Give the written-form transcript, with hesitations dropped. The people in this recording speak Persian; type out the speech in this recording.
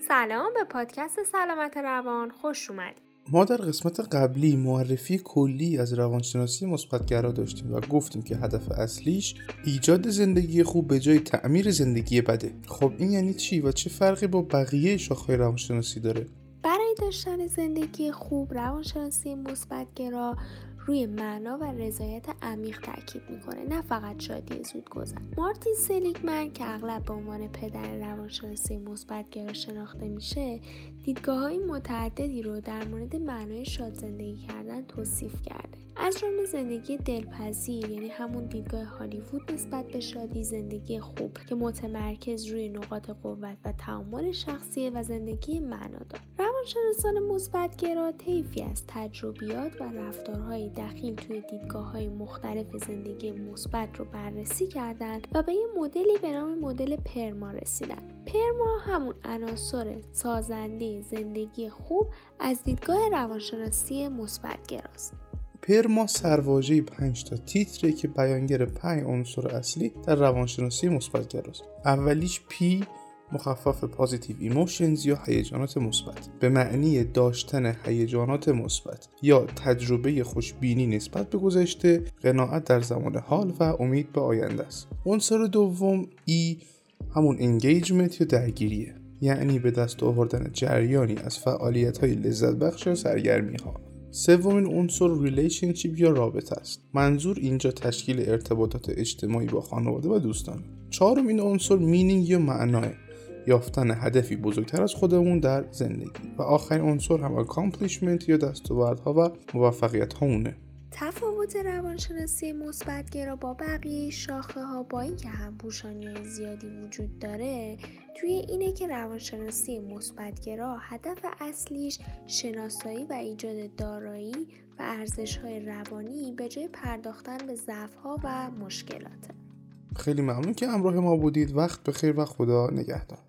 سلام، به پادکست سلامت روان خوش اومدید. ما در قسمت قبلی معرفی کلی از روانشناسی مثبت‌گرا داشتیم و گفتیم که هدف اصلیش ایجاد زندگی خوب به جای تعمیر زندگی بده. خب این یعنی چی و چه فرقی با بقیه شاخه‌های روانشناسی داره؟ برای داشتن زندگی خوب، روانشناسی مثبت‌گرا روی معنا و رضایت عمیق تاکید میکنه، نه فقط شادی زودگذر. مارتین سلیگمن که اغلب به عنوان پدر روانشناسی مثبت‌گرا شناخته میشه، دیدگاه‌های متعددی رو در مورد معنای شاد زندگی کردن توصیف کرده. از جمله زندگی دلپذیر، یعنی همون دیدگاه هالیوود نسبت به شادی، زندگی خوب که متمرکز روی نقاط قوت و تعامل شخصی و زندگی معنادار. روانشناسان مثبت‌گرا طیفی از تجربیات و رفتارهای دخیل توی دیدگاه‌های مختلف زندگی مثبت رو بررسی کردند و به یه مدلی به نام مدل پرما رسیدن. پرما همون عناصر سازنده زندگی خوب از دیدگاه روانشناسی مثبت‌گراست. پرما سرواژه 5 تا تیتره که بیانگر 5 عنصر اصلی در روانشناسی مثبت‌گراست. اولیش P مخفف پازیتیو ایموشنز یا هیجانات مثبت، به معنی داشتن هیجانات مثبت یا تجربه خوشبینی نسبت به گذشته، قناعت در زمان حال و امید به آینده است. عنصر دوم E همون انگیجمنت یا درگیریه، یعنی به دست آوردن جریانی از فعالیت‌های لذت بخش یا سرگرمی‌ها. سومین عنصر ریلیشنشیپ یا رابطه است. منظور اینجا تشکیل ارتباطات اجتماعی با خانواده و دوستان. چهارمین عنصر مینینگ یا معناه، یافتن هدفی بزرگتر از خودمون در زندگی. و آخرین عنصر هم اکامپلیشمنت یا دستاوردها و موفقیت‌هامونه. تفاوت روانشناسی مثبت‌گرا با بقیه شاخه‌ها، با اینکه همپوشانی زیادی وجود داره، توی اینه که روانشناسی مثبت‌گرا هدف اصلیش شناسایی و ایجاد دارایی و ارزش‌های روانی به جای پرداختن به ضعف‌ها و مشکلاته. خیلی ممنون که همراه ما بودید. وقت بخیر و خدا نگهدار.